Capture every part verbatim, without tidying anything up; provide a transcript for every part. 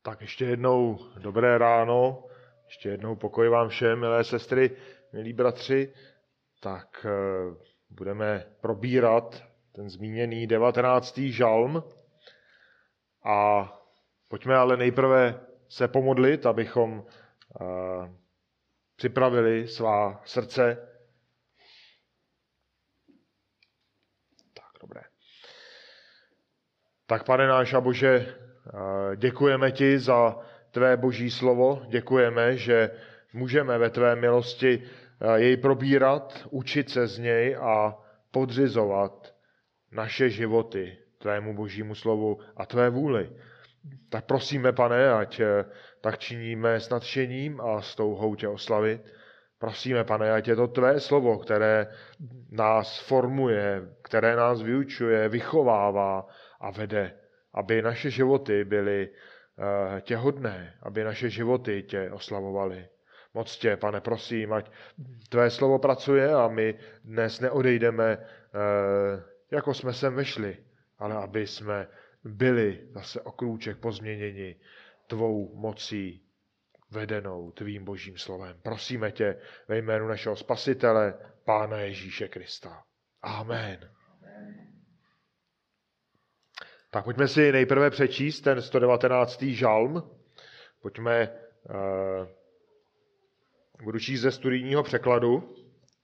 Tak ještě jednou dobré ráno, ještě jednou pokoj vám všem, milé sestry, milí bratři. Tak eh, budeme probírat ten zmíněný devatenáctý žalm a pojďme ale nejprve se pomodlit, abychom eh, připravili svá srdce. Tak, dobré. Tak, Pane náš a Bože, děkujeme ti za tvé boží slovo, děkujeme, že můžeme ve tvé milosti jej probírat, učit se z něj a podřizovat naše životy tvému božímu slovu a tvé vůli. Tak prosíme, Pane, ať tak činíme s nadšením a s touhou tě oslavit. Prosíme, Pane, ať je to tvé slovo, které nás formuje, které nás vyučuje, vychovává a vede, aby naše životy byly uh, tě hodné, aby naše životy tě oslavovaly. Moc tě, Pane, prosím, ať tvé slovo pracuje a my dnes neodejdeme, uh, jako jsme sem vešli, ale aby jsme byli zase o krůček pozměněni tvou mocí vedenou tvým božím slovem. Prosíme tě ve jménu našeho Spasitele, Pána Ježíše Krista. Amen. Tak pojďme si nejprve přečíst ten sto devatenáctý žalm. Pojďme, uh, budu číst ze studijního překladu.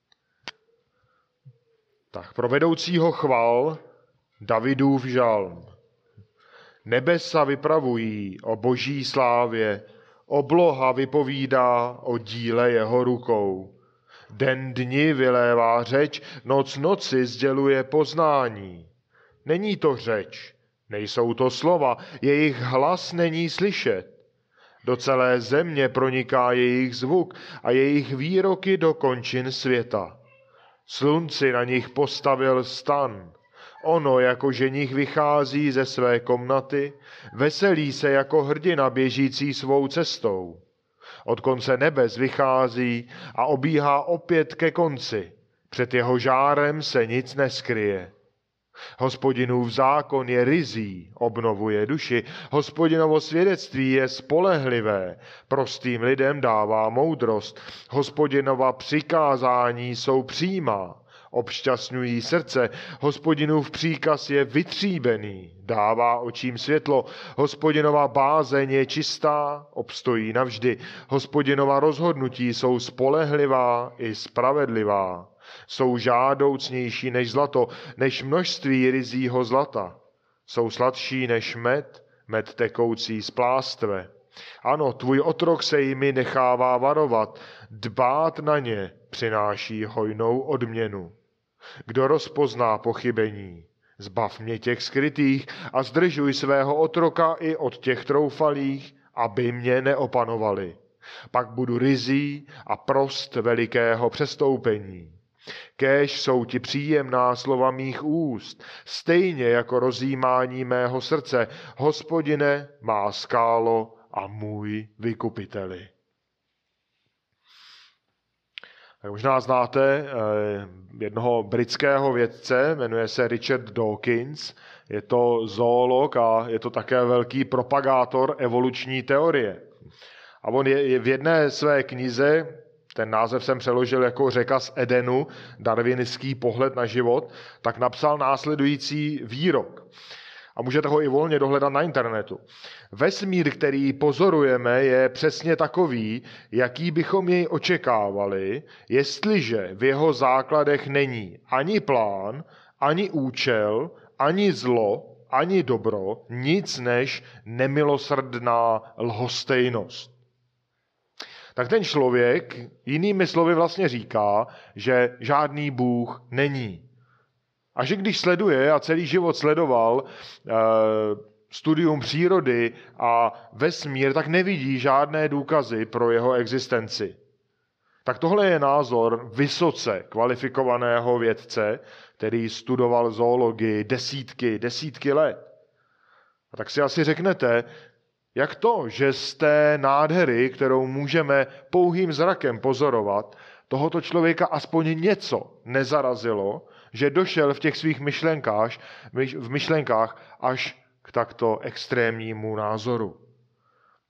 Tak, pro vedoucího chval Davidův žalm. Nebesa vypravují o boží slávě, obloha vypovídá o díle jeho rukou. Den dni vylévá řeč, noc noci sděluje poznání. Není to řeč, nejsou to slova, jejich hlas není slyšet. Do celé země proniká jejich zvuk a jejich výroky do končin světa. Slunci na nich postavil stan. Ono jako ženich vychází ze své komnaty, veselí se jako hrdina běžící svou cestou. Od konce nebes vychází a obíhá opět ke konci. Před jeho žárem se nic neskryje. Hospodinův zákon je ryzí, obnovuje duši. Hospodinovo svědectví je spolehlivé, prostým lidem dává moudrost. Hospodinova přikázání jsou přímá, obšťastňují srdce. Hospodinův příkaz je vytříbený, dává očím světlo. Hospodinova bázeň je čistá, obstojí navždy. Hospodinova rozhodnutí jsou spolehlivá i spravedlivá. Jsou žádoucnější než zlato, než množství ryzího zlata. Jsou sladší než med, med tekoucí z plástve. Ano, tvůj otrok se jimi nechává varovat, dbát na ně přináší hojnou odměnu. Kdo rozpozná pochybení, zbav mě těch skrytých a zdržuj svého otroka i od těch troufalých, aby mě neopanovali. Pak budu ryzí a prost velikého přestoupení. Kéž jsou ti příjemná slova mých úst, stejně jako rozjímání mého srdce. Hospodine, má skálo a můj vykupiteli. Tak možná znáte jednoho britského vědce, jmenuje se Richard Dawkins. Je to zoolog a je to také velký propagátor evoluční teorie. A on je v jedné své knize, ten název jsem přeložil jako Řeka z Edenu, darwinistický pohled na život, tak napsal následující výrok. A můžete ho i volně dohledat na internetu. Vesmír, který pozorujeme, je přesně takový, jaký bychom jej očekávali, jestliže v jeho základech není ani plán, ani účel, ani zlo, ani dobro, nic než nemilosrdná lhostejnost. Tak ten člověk jinými slovy vlastně říká, že žádný Bůh není. A že když sleduje a celý život sledoval e, studium přírody a vesmír, tak nevidí žádné důkazy pro jeho existenci. Tak tohle je názor vysoce kvalifikovaného vědce, který studoval zoologii desítky, desítky let. A tak si asi řeknete, jak to, že z té nádhery, kterou můžeme pouhým zrakem pozorovat, tohoto člověka aspoň něco nezarazilo, že došel v těch svých myšlenkách, v myšlenkách až k takto extrémnímu názoru.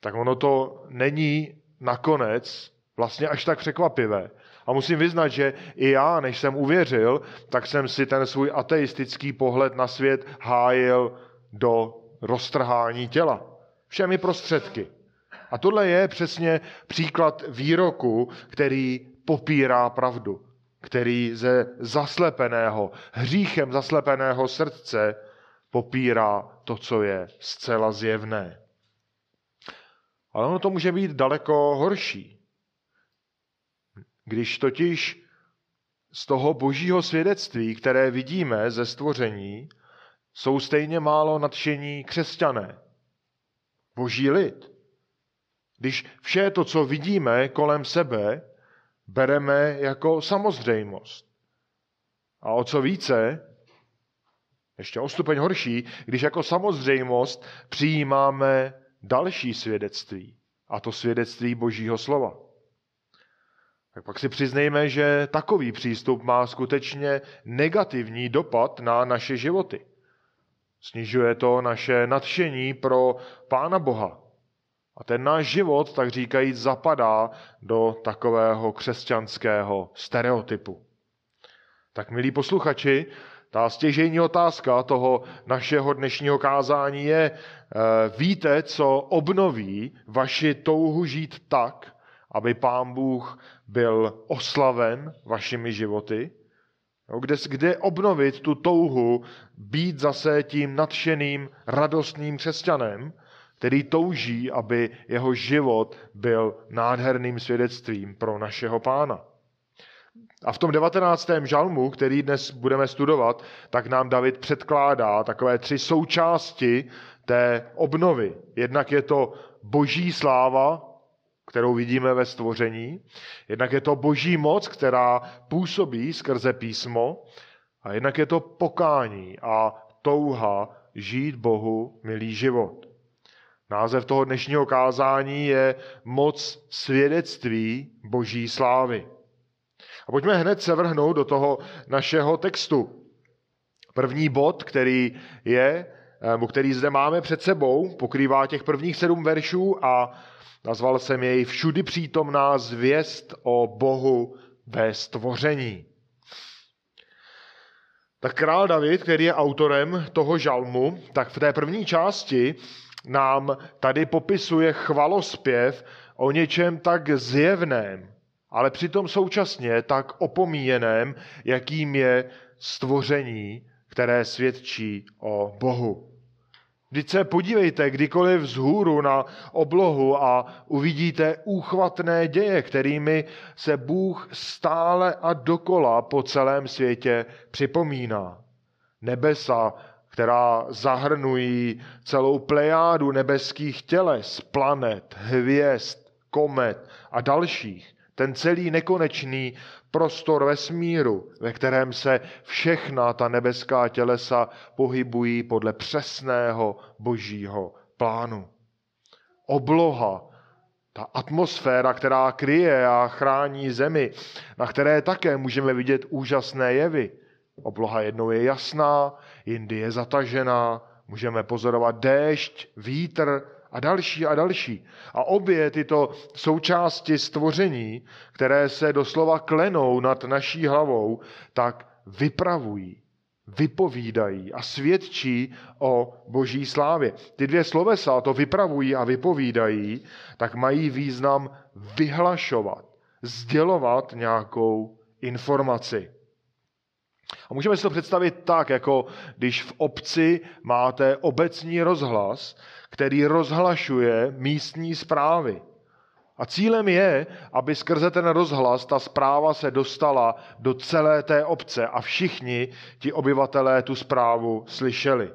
tak ono to není nakonec vlastně až tak překvapivé. A musím vyznat, že i já, než jsem uvěřil, tak jsem si ten svůj ateistický pohled na svět hájil do roztrhání těla. Všemi prostředky. A tohle je přesně příklad výroku, který popírá pravdu, který ze zaslepeného, hříchem zaslepeného srdce popírá to, co je zcela zjevné. Ale ono to může být daleko horší. Když totiž z toho božího svědectví, které vidíme ze stvoření, jsou stejně málo nadšení křesťané, boží lid. Když vše to, co vidíme kolem sebe, bereme jako samozřejmost. A o co více, ještě o stupeň horší, když jako samozřejmost přijímáme další svědectví, a to svědectví božího slova. Tak pak si přiznejme, že takový přístup má skutečně negativní dopad na naše životy. Snižuje to naše nadšení pro Pána Boha. A ten náš život, tak říkajíc, zapadá do takového křesťanského stereotypu. Tak, milí posluchači, ta stěžejní otázka toho našeho dnešního kázání je, víte, co obnoví vaši touhu žít tak, aby Pán Bůh byl oslaven vašimi životy? Kde, kde obnovit tu touhu být zase tím nadšeným, radostným křesťanem, který touží, aby jeho život byl nádherným svědectvím pro našeho Pána. A v tom devatenáctém žalmu, který dnes budeme studovat, tak nám David předkládá takové tři součásti té obnovy. Jednak je to boží sláva, kterou vidíme ve stvoření, jednak je to boží moc, která působí skrze písmo, a jednak je to pokání a touha žít Bohu milý život. Název toho dnešního kázání je Moc svědectví boží slávy. A pojďme hned se vrhnout do toho našeho textu. První bod, který je, který zde máme před sebou, pokrývá těch prvních sedm veršů a nazval jsem jej Všudy přítomná zvěst o Bohu ve stvoření. Tak král David, který je autorem toho žalmu, tak v té první části nám tady popisuje chvalospěv o něčem tak zjevném, ale přitom současně tak opomíjeném, jakým je stvoření, které svědčí o Bohu. Vždyť se podívejte kdykoliv vzhůru na oblohu a uvidíte úchvatné děje, kterými se Bůh stále a dokola po celém světě připomíná. Nebesa, která zahrnují celou plejádu nebeských těles, planet, hvězd, komet a dalších. Ten celý nekonečný prostor vesmíru, ve kterém se všechna ta nebeská tělesa pohybují podle přesného božího plánu. Obloha, ta atmosféra, která kryje a chrání zemi, na které také můžeme vidět úžasné jevy. Obloha jednou je jasná, jindy je zatažená, můžeme pozorovat déšť, vítr a další a další. A obě tyto součásti stvoření, které se doslova klenou nad naší hlavou, tak vypravují, vypovídají a svědčí o boží slávě. Ty dvě slovesa, to vypravují a vypovídají, tak mají význam vyhlašovat, sdělovat nějakou informaci. A můžeme si to představit tak, jako když v obci máte obecní rozhlas, který rozhlašuje místní zprávy. A cílem je, aby skrze ten rozhlas ta zpráva se dostala do celé té obce a všichni ti obyvatelé tu zprávu slyšeli.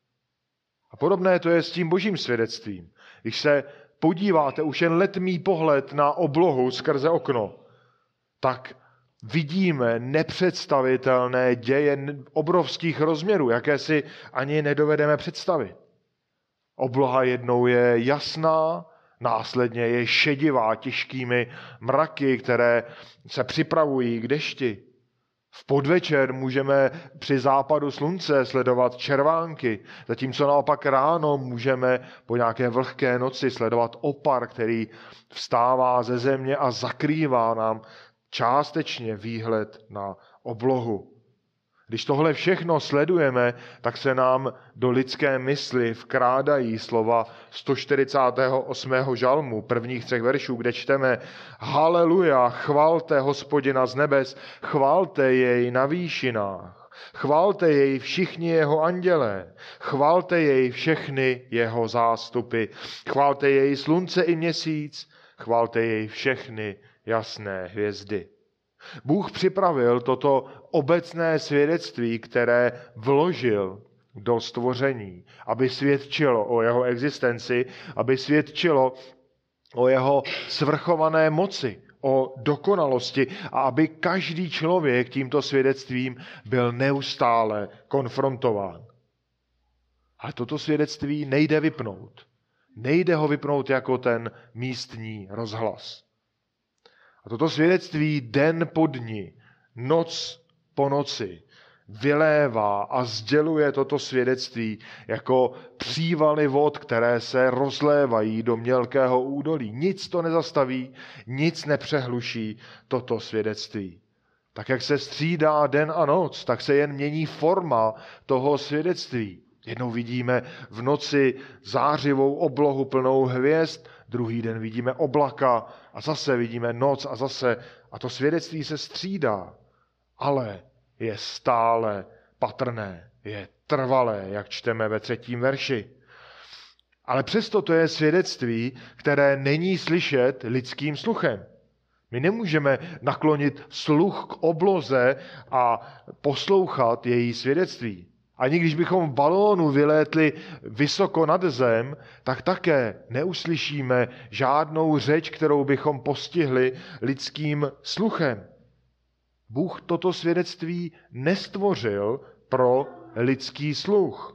A podobné to je s tím božím svědectvím. Když se podíváte už jen letmý pohled na oblohu skrze okno, tak vidíme nepředstavitelné děje obrovských rozměrů, jaké si ani nedovedeme představit. Obloha jednou je jasná, následně je šedivá těžkými mraky, které se připravují k dešti. V podvečer můžeme při západu slunce sledovat červánky, zatímco naopak ráno můžeme po nějaké vlhké noci sledovat opar, který vstává ze země a zakrývá nám částečně výhled na oblohu. Když tohle všechno sledujeme, tak se nám do lidské mysli vkrádají slova sto čtyřicátého osmého žalmu, prvních třech veršů, kde čteme: Haleluja, chvalte Hospodina z nebes, chvalte jej na výšinách, chvalte jej všichni jeho andělé, chvalte jej všechny jeho zástupy, chvalte jej slunce i měsíc, chvalte jej všechny jasné hvězdy. Bůh připravil toto obecné svědectví, které vložil do stvoření, aby svědčilo o jeho existenci, aby svědčilo o jeho svrchované moci, o dokonalosti a aby každý člověk tímto svědectvím byl neustále konfrontován. Ale toto svědectví nejde vypnout. Nejde ho vypnout jako ten místní rozhlas. A toto svědectví den po dni, noc po noci vylévá a sděluje toto svědectví jako přívaly vod, které se rozlévají do mělkého údolí. Nic to nezastaví, nic nepřehluší toto svědectví. Tak jak se střídá den a noc, tak se jen mění forma toho svědectví. Jednou vidíme v noci zářivou oblohu plnou hvězd, druhý den vidíme oblaka a zase vidíme noc a zase. A to svědectví se střídá, ale je stále patrné, je trvalé, jak čteme ve třetím verši. Ale přesto to je svědectví, které není slyšet lidským sluchem. My nemůžeme naklonit sluch k obloze a poslouchat její svědectví. Ani když bychom v balónu vylétli vysoko nad zem, tak také neuslyšíme žádnou řeč, kterou bychom postihli lidským sluchem. Bůh toto svědectví nestvořil pro lidský sluch.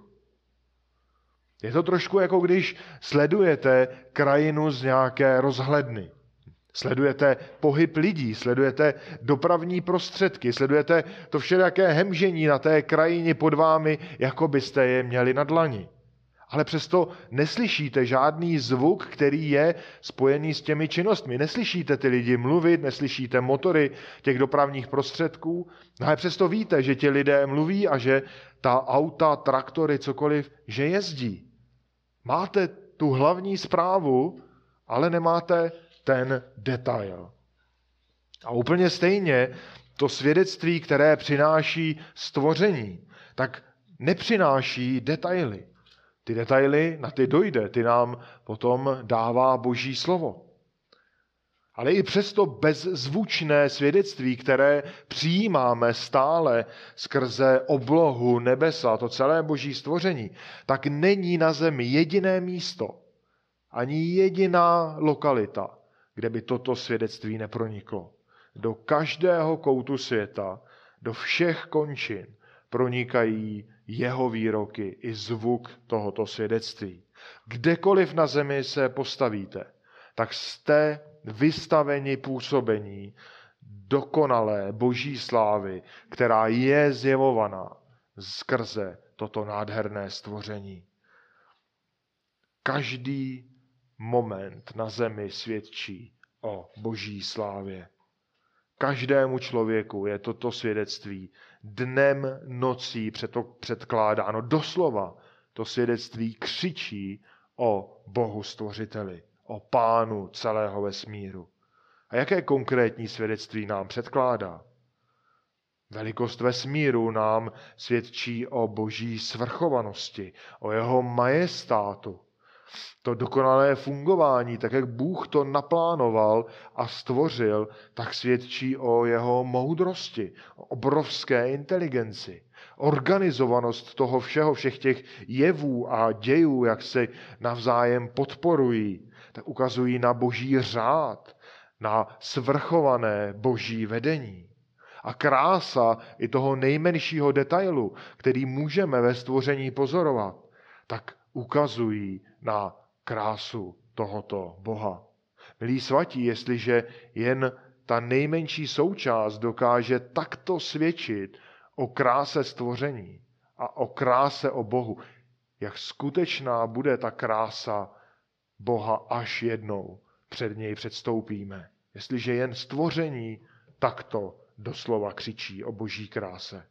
Je to trošku jako když sledujete krajinu z nějaké rozhledny. Sledujete pohyb lidí, sledujete dopravní prostředky, sledujete to všelijaké hemžení na té krajině pod vámi, jako byste je měli na dlani. Ale přesto neslyšíte žádný zvuk, který je spojený s těmi činnostmi. Neslyšíte ty lidi mluvit, neslyšíte motory těch dopravních prostředků, no ale přesto víte, že ti lidé mluví a že ta auta, traktory, cokoliv, že jezdí. Máte tu hlavní zprávu, ale nemáte ten detail. A úplně stejně to svědectví, které přináší stvoření, tak nepřináší detaily. Ty detaily, na ty dojde, ty nám potom dává Boží slovo. Ale i přesto bezzvučné svědectví, které přijímáme stále skrze oblohu nebesa, to celé Boží stvoření, tak není na zemi jediné místo, ani jediná lokalita, kde by toto svědectví neproniklo. Do každého koutu světa, do všech končin pronikají jeho výroky i zvuk tohoto svědectví. Kdekoliv na zemi se postavíte, tak jste vystaveni působení dokonalé Boží slávy, která je zjevovaná skrze toto nádherné stvoření. Každý moment na zemi svědčí o Boží slávě. Každému člověku je toto svědectví dnem, nocí předkládáno. Doslova to svědectví křičí o Bohu stvořiteli, o Pánu celého vesmíru. A jaké konkrétní svědectví nám předkládá? Velikost vesmíru nám svědčí o Boží svrchovanosti, o jeho majestátu. To dokonalé fungování, tak jak Bůh to naplánoval a stvořil, tak svědčí o jeho moudrosti, o obrovské inteligenci. Organizovanost toho všeho, všech těch jevů a dějů, jak se navzájem podporují, tak ukazují na Boží řád, na svrchované Boží vedení. A krása i toho nejmenšího detailu, který můžeme ve stvoření pozorovat, tak ukazují na krásu tohoto Boha. Milí svatí, jestliže jen ta nejmenší součást dokáže takto svědčit o kráse stvoření a o kráse o Bohu. Jak skutečná bude ta krása Boha, až jednou před něj předstoupíme. Jestliže jen stvoření takto doslova křičí o boží kráse.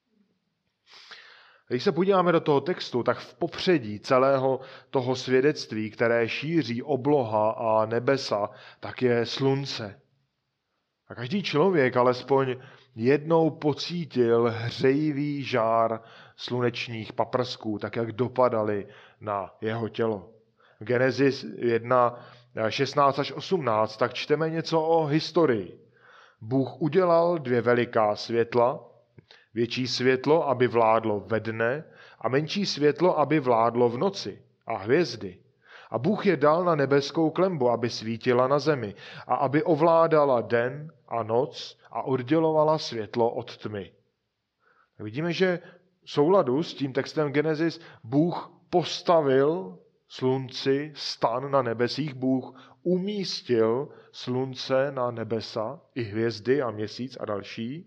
Když se podíváme do toho textu, tak v popředí celého toho svědectví, které šíří obloha a nebesa, tak je slunce. A každý člověk alespoň jednou pocítil hřejivý žár slunečních paprsků, tak jak dopadaly na jeho tělo. V Genesis jedna, šestnáct až osmnáct tak čteme něco o historii. Bůh udělal dvě veliká světla, větší světlo, aby vládlo ve dne, a menší světlo, aby vládlo v noci, a hvězdy. A Bůh je dal na nebeskou klembu, aby svítila na zemi, a aby ovládala den a noc a oddělovala světlo od tmy. Vidíme, že v souladu s tím textem Genesis Bůh postavil slunci stan na nebesích, Bůh umístil slunce na nebesa, i hvězdy a měsíc a další.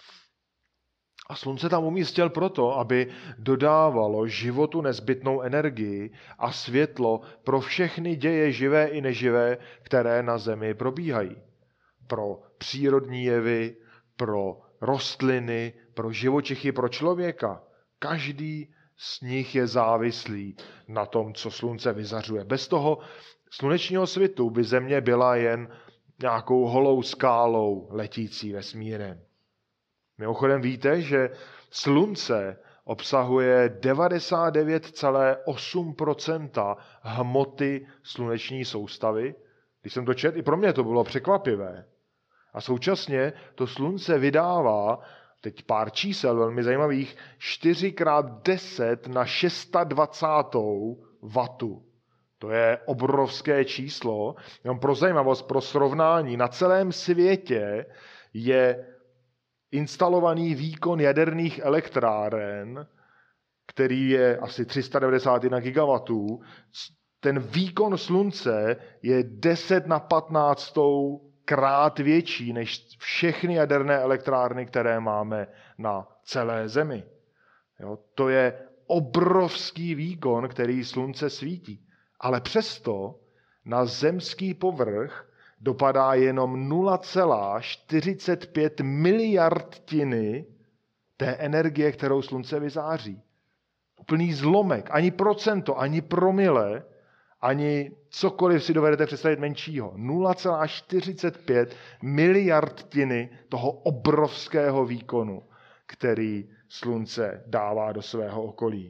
A slunce tam umístil proto, aby dodávalo životu nezbytnou energii a světlo pro všechny děje živé i neživé, které na zemi probíhají. Pro přírodní jevy, pro rostliny, pro živočichy, pro člověka. Každý z nich je závislý na tom, co slunce vyzařuje. Bez toho slunečního svitu by země byla jen nějakou holou skálou letící vesmírem. Mimochodem víte, že slunce obsahuje devadesát devět celá osm procenta hmoty sluneční soustavy. Když jsem to četl, i pro mě to bylo překvapivé. A současně to slunce vydává, teď pár čísel velmi zajímavých, čtyři krát deset na dvacet šest watu. To je obrovské číslo. Jenom pro zajímavost, pro srovnání, na celém světě je instalovaný výkon jaderných elektráren, který je asi tři sta devadesát jedna gigawatů. Ten výkon slunce je deset na patnáct krát větší než všechny jaderné elektrárny, které máme na celé zemi. Jo, to je obrovský výkon, který slunce svítí. Ale přesto na zemský povrch dopadá jenom nula celá čtyřicet pět miliardtiny té energie, kterou slunce vyzáří. Úplný zlomek, ani procento, ani promile, ani cokoliv si dovedete představit menšího. nula celá čtyřicet pět miliardtiny toho obrovského výkonu, který slunce dává do svého okolí.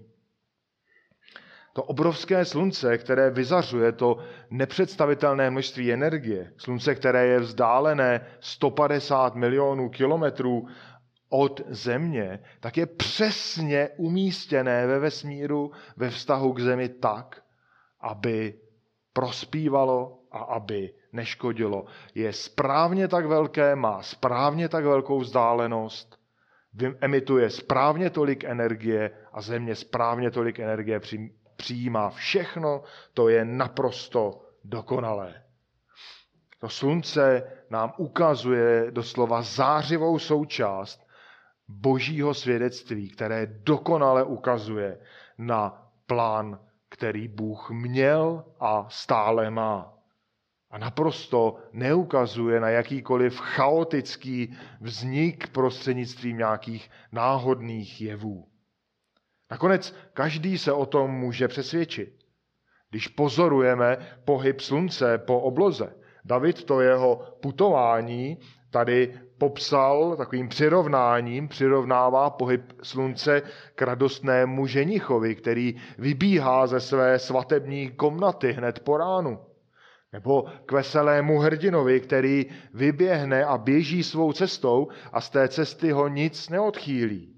To obrovské slunce, které vyzařuje to nepředstavitelné množství energie, slunce, které je vzdálené sto padesát milionů kilometrů od Země, tak je přesně umístěné ve vesmíru ve vztahu k Zemi tak, aby prospívalo a aby neškodilo. Je správně tak velké, má správně tak velkou vzdálenost, emituje správně tolik energie a Země správně tolik energie přijímá. Všechno to je naprosto dokonalé. To slunce nám ukazuje doslova zářivou součást božího svědectví, které dokonale ukazuje na plán, který Bůh měl a stále má. A naprosto neukazuje na jakýkoliv chaotický vznik prostřednictvím nějakých náhodných jevů. Nakonec každý se o tom může přesvědčit. Když pozorujeme pohyb slunce po obloze, David to jeho putování tady popsal takovým přirovnáním, přirovnává pohyb slunce k radostnému ženichovi, který vybíhá ze své svatební komnaty hned po ránu. Nebo k veselému hrdinovi, který vyběhne a běží svou cestou a z té cesty ho nic neodchýlí.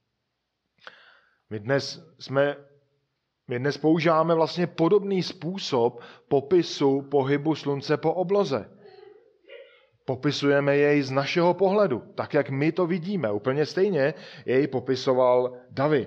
My dnes, jsme, my dnes používáme vlastně podobný způsob popisu pohybu slunce po obloze. Popisujeme jej z našeho pohledu, tak jak my to vidíme. Úplně stejně jej popisoval David.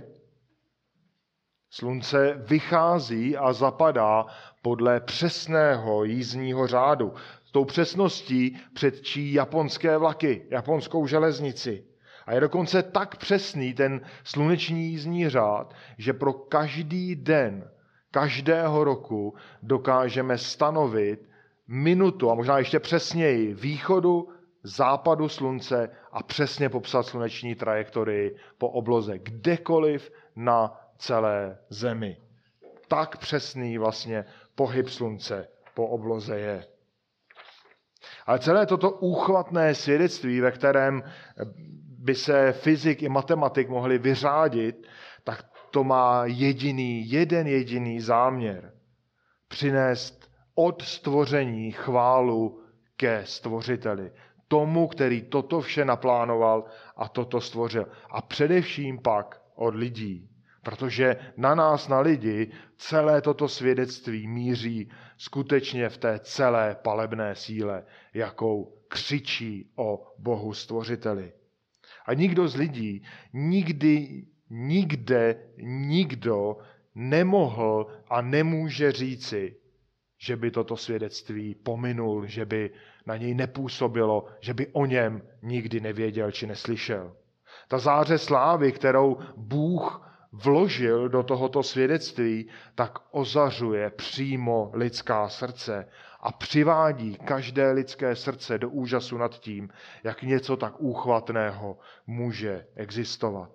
Slunce vychází a zapadá podle přesného jízdního řádu. tou přesností předčí japonské vlaky, japonskou železnici. A je dokonce tak přesný ten sluneční jízdní řád, že pro každý den, každého roku dokážeme stanovit minutu, a možná ještě přesněji, východu, západu slunce a přesně popsat sluneční trajektorii po obloze, kdekoliv na celé zemi. Tak přesný vlastně pohyb slunce po obloze je. Ale celé toto úchvatné svědectví, ve kterém by se fyzik i matematik mohli vyřádit, tak to má jediný, jeden jediný záměr. Přinést od stvoření chválu ke stvořiteli. Tomu, který toto vše naplánoval a toto stvořil. A především pak od lidí. Protože na nás, na lidi, celé toto svědectví míří skutečně v té celé palebné síle, jakou křičí o Bohu stvořiteli. A nikdo z lidí nikdy, nikde, nikdo nemohl a nemůže říci, že by toto svědectví pominul, že by na něj nepůsobilo, že by o něm nikdy nevěděl či neslyšel. Ta záře slávy, kterou Bůh vložil do tohoto svědectví, tak ozařuje přímo lidská srdce a přivádí každé lidské srdce do úžasu nad tím, jak něco tak úchvatného může existovat.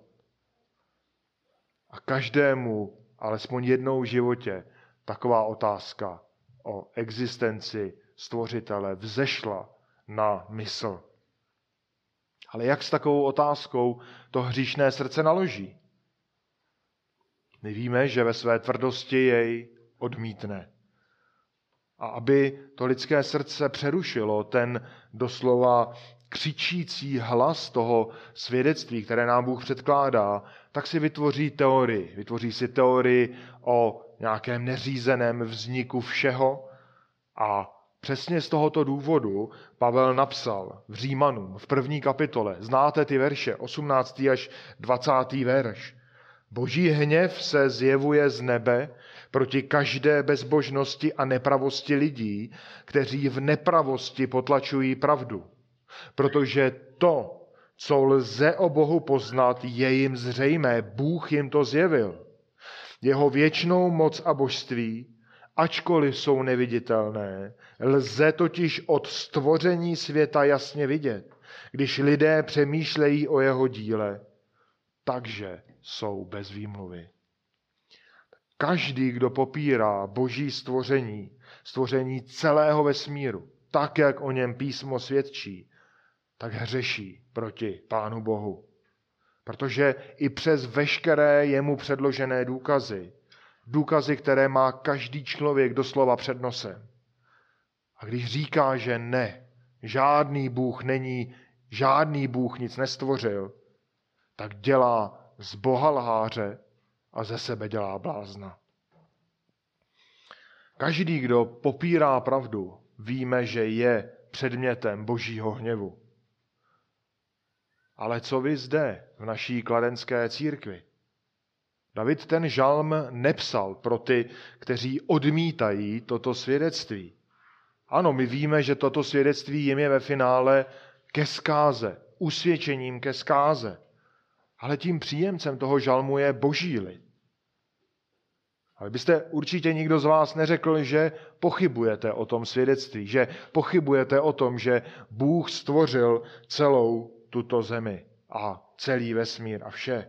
A každému, alespoň jednou v životě, taková otázka o existenci stvořitele vzešla na mysl. Ale jak s takovou otázkou to hříšné srdce naloží? My víme, že ve své tvrdosti jej odmítne. A aby to lidské srdce přerušilo ten doslova křičící hlas toho svědectví, které nám Bůh předkládá, tak si vytvoří teorii. Vytvoří si teorii o nějakém neřízeném vzniku všeho a přesně z tohoto důvodu Pavel napsal v Římanům v první kapitole, znáte ty verše, osmnáctý až dvacátý verš. Boží hněv se zjevuje z nebe proti každé bezbožnosti a nepravosti lidí, kteří v nepravosti potlačují pravdu. Protože to, co lze o Bohu poznat, je jim zřejmé. Bůh jim to zjevil. Jeho věčnou moc a božství, ačkoliv jsou neviditelné, lze totiž od stvoření světa jasně vidět, když lidé přemýšlejí o jeho díle, takže jsou bez výmluvy. Každý, kdo popírá boží stvoření, stvoření celého vesmíru, tak, jak o něm písmo svědčí, tak hřeší proti Pánu Bohu. Protože i přes veškeré jemu předložené důkazy, důkazy, které má každý člověk doslova před nosem, a když říká, že ne, žádný Bůh není, žádný Bůh nic nestvořil, tak dělá z Boha lháře a ze sebe dělá blázna. Každý, kdo popírá pravdu, víme, že je předmětem božího hněvu. Ale co vy zde v naší kladenské církvi? David ten žalm nepsal pro ty, kteří odmítají toto svědectví. Ano, my víme, že toto svědectví jim je ve finále ke zkáze, usvědčením ke zkáze. Ale tím příjemcem toho žalmu je boží lid. Ale byste určitě nikdo z vás neřekl, že pochybujete o tom svědectví, že pochybujete o tom, že Bůh stvořil celou tuto zemi a celý vesmír a vše.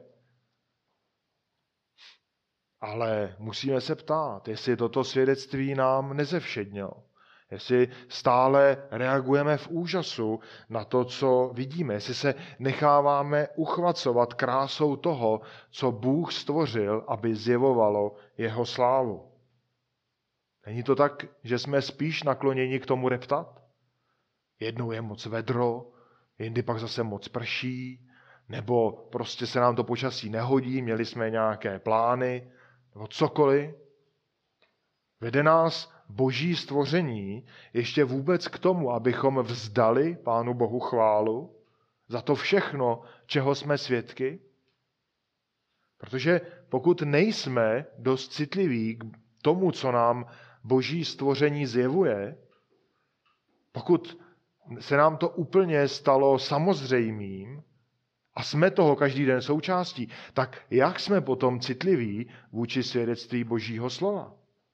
Ale musíme se ptát, jestli toto svědectví nám nezevšednilo. Jestli stále reagujeme v úžasu na to, co vidíme. Jestli se necháváme uchvacovat krásou toho, co Bůh stvořil, aby zjevovalo jeho slávu. Není to tak, že jsme spíš nakloněni k tomu reptat? Jednou je moc vedro, jindy pak zase moc prší, nebo prostě se nám to počasí nehodí, měli jsme nějaké plány, nebo cokoliv. Vede nás boží stvoření ještě vůbec k tomu, abychom vzdali Pánu Bohu chválu za to všechno, čeho jsme svědky? Protože pokud nejsme dost citliví k tomu, co nám boží stvoření zjevuje, Pokud se nám to úplně stalo samozřejmým a jsme toho každý den součástí, tak jak jsme potom citliví vůči svědectví Božího slova?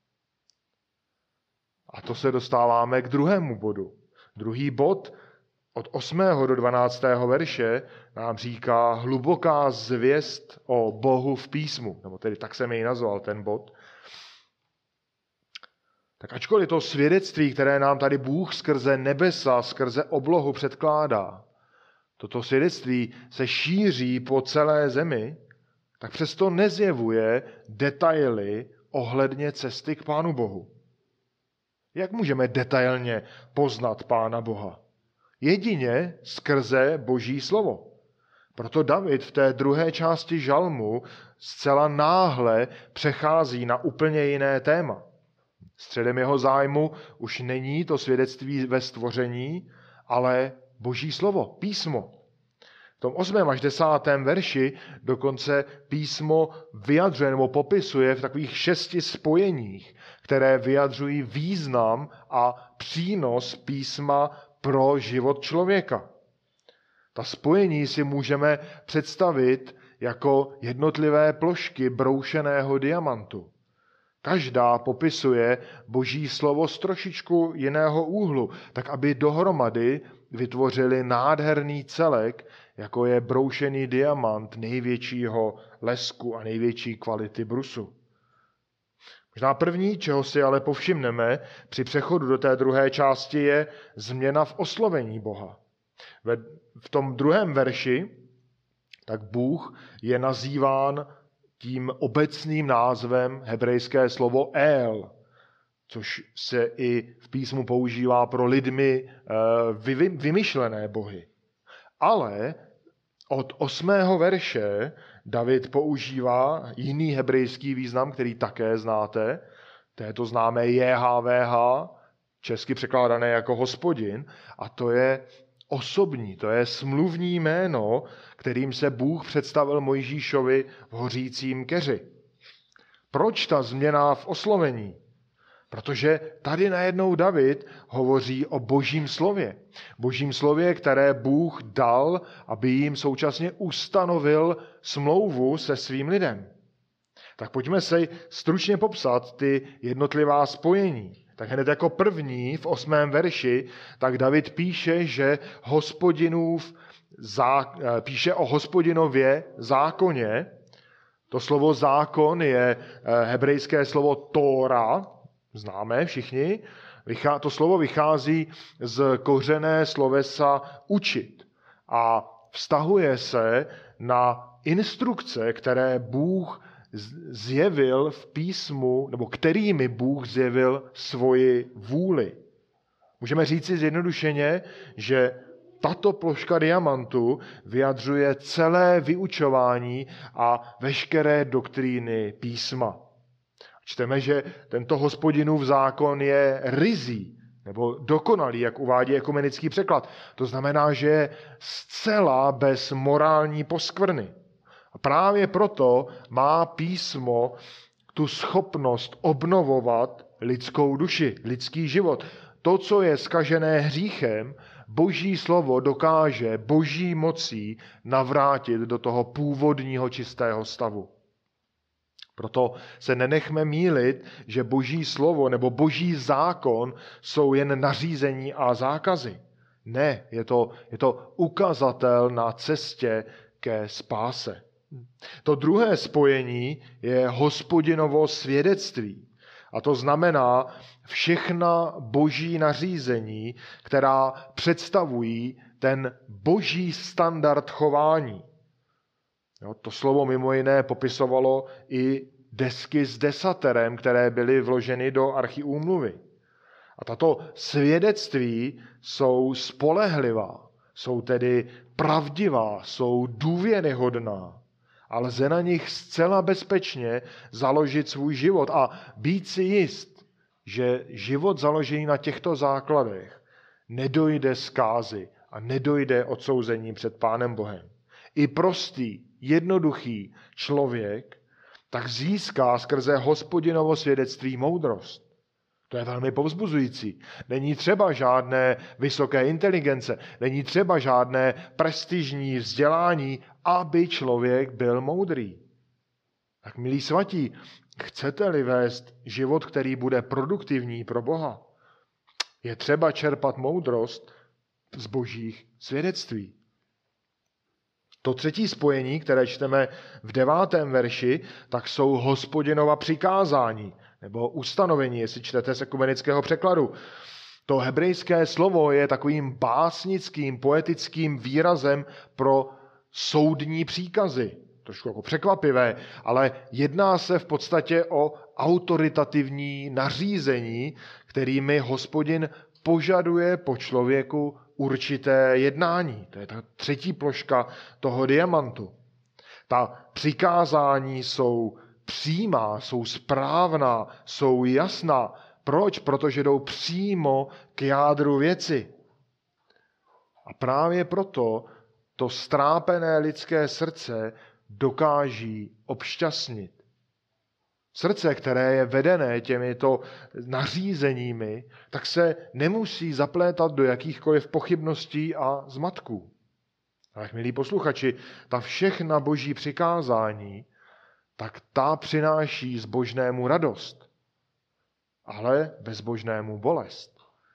A to se dostáváme k druhému bodu. Druhý bod od osmého do dvanáctého verše nám říká hluboká zvěst o Bohu v písmu. Nebo tedy tak jsem jej nazval ten bod. Tak ačkoliv to svědectví, které nám tady Bůh skrze nebesa, skrze oblohu předkládá, toto svědectví se šíří po celé zemi, tak přesto nezjevuje detaily ohledně cesty k Pánu Bohu. Jak můžeme detailně poznat Pána Boha? Jedině skrze Boží slovo. Proto David v té druhé části žalmu zcela náhle přechází na úplně jiné téma. Středem jeho zájmu už není to svědectví ve stvoření, ale Boží slovo, písmo. V tom osmém až desátém verši dokonce písmo vyjadřuje nebo popisuje v takových šesti spojeních, které vyjadřují význam a přínos písma pro život člověka. Ta spojení si můžeme představit jako jednotlivé plošky broušeného diamantu. Každá popisuje Boží slovo z trošičku jiného úhlu, tak aby dohromady vytvořili nádherný celek, jako je broušený diamant největšího lesku a největší kvality brusu. Možná první, čeho si ale povšimneme při přechodu do té druhé části, je změna v oslovení Boha. V tom druhém verši tak Bůh je nazýván tím obecným názvem hebrejské slovo El, což se i v písmu používá pro lidmi vymyšlené bohy. Ale od osmého verše David používá jiný hebrejský význam, který také znáte. To je to známé J H V H, česky překládané jako Hospodin, a to je osobní, to je smluvní jméno, kterým se Bůh představil Mojžíšovi v hořícím keři. Proč ta změna v oslovení? Protože tady najednou David hovoří o Božím slově. Božím slově, které Bůh dal, aby jim současně ustanovil smlouvu se svým lidem. Tak pojďme se stručně popsat ty jednotlivá spojení. Tak hned jako první v osmém verši, tak David píše, že Hospodinův zá, píše o Hospodinově zákoně. To slovo zákon je hebrejské slovo Tóra, známe všichni. To slovo vychází z kořené slovesa učit a vztahuje se na instrukce, které Bůh zjevil v písmu, nebo kterými Bůh zjevil svoji vůli. Můžeme říci zjednodušeně, že tato ploška diamantu vyjadřuje celé vyučování a veškeré doktríny písma. Čteme, že tento Hospodinův zákon je ryzí, nebo dokonalý, jak uvádí ekumenický překlad. To znamená, že je zcela bez morální poskvrny. A právě proto má písmo tu schopnost obnovovat lidskou duši, lidský život. To, co je zkažené hříchem, Boží slovo dokáže Boží mocí navrátit do toho původního čistého stavu. Proto se nenechme mýlit, že Boží slovo nebo Boží zákon jsou jen nařízení a zákazy. Ne, je to, je to ukazatel na cestě ke spáse. To druhé spojení je Hospodinovo svědectví. A to znamená všechna boží nařízení, která představují ten boží standard chování. Jo, to slovo mimo jiné popisovalo i desky s desaterem, které byly vloženy do archy úmluvy. A tato svědectví jsou spolehlivá, jsou tedy pravdivá, jsou důvěryhodná. A lze na nich zcela bezpečně založit svůj život a být si jist, že život založený na těchto základech nedojde zkázy a nedojde odsouzení před Pánem Bohem. I prostý, jednoduchý člověk tak získá skrze Hospodinovo svědectví moudrost. To je velmi povzbuzující. Není třeba žádné vysoké inteligence, není třeba žádné prestižní vzdělání, aby člověk byl moudrý. Tak milí svatí, chcete-li vést život, který bude produktivní pro Boha, je třeba čerpat moudrost z božích svědectví. To třetí spojení, které čteme v devátém verši, tak jsou Hospodinova přikázání, nebo ustanovení, jestli čtete z ekumenického překladu. To hebrejské slovo je takovým básnickým, poetickým výrazem pro soudní příkazy. Trošku jako překvapivé, ale jedná se v podstatě o autoritativní nařízení, kterými Hospodin požaduje po člověku určité jednání. To je ta třetí ploška toho diamantu. Ta přikázání jsou přímá, jsou správná, jsou jasná. Proč? Protože jdou přímo k jádru věci. A právě proto to strápené lidské srdce dokáží obšťastnit. Srdce, které je vedené těmito nařízeními, tak se nemusí zaplétat do jakýchkoliv pochybností a zmatků. Ale milí posluchači, ta všechna boží přikázání, tak ta přináší zbožnému radost, ale bezbožnému bolest.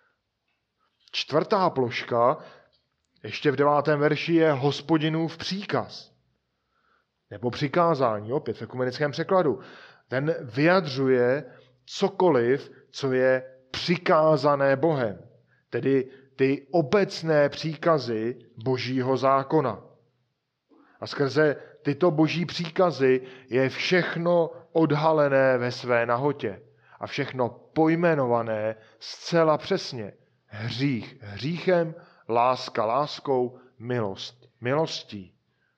Čtvrtá ploška, ještě v devátém verši, je Hospodinův příkaz. Nebo přikázání, opět v ekumenickém překladu. Ten vyjadřuje cokoliv, co je přikázané Bohem. Tedy ty obecné příkazy božího zákona. A skrze tyto boží příkazy je všechno odhalené ve své nahotě. A všechno pojmenované zcela přesně. Hřích hříchem, láska láskou, milost milostí.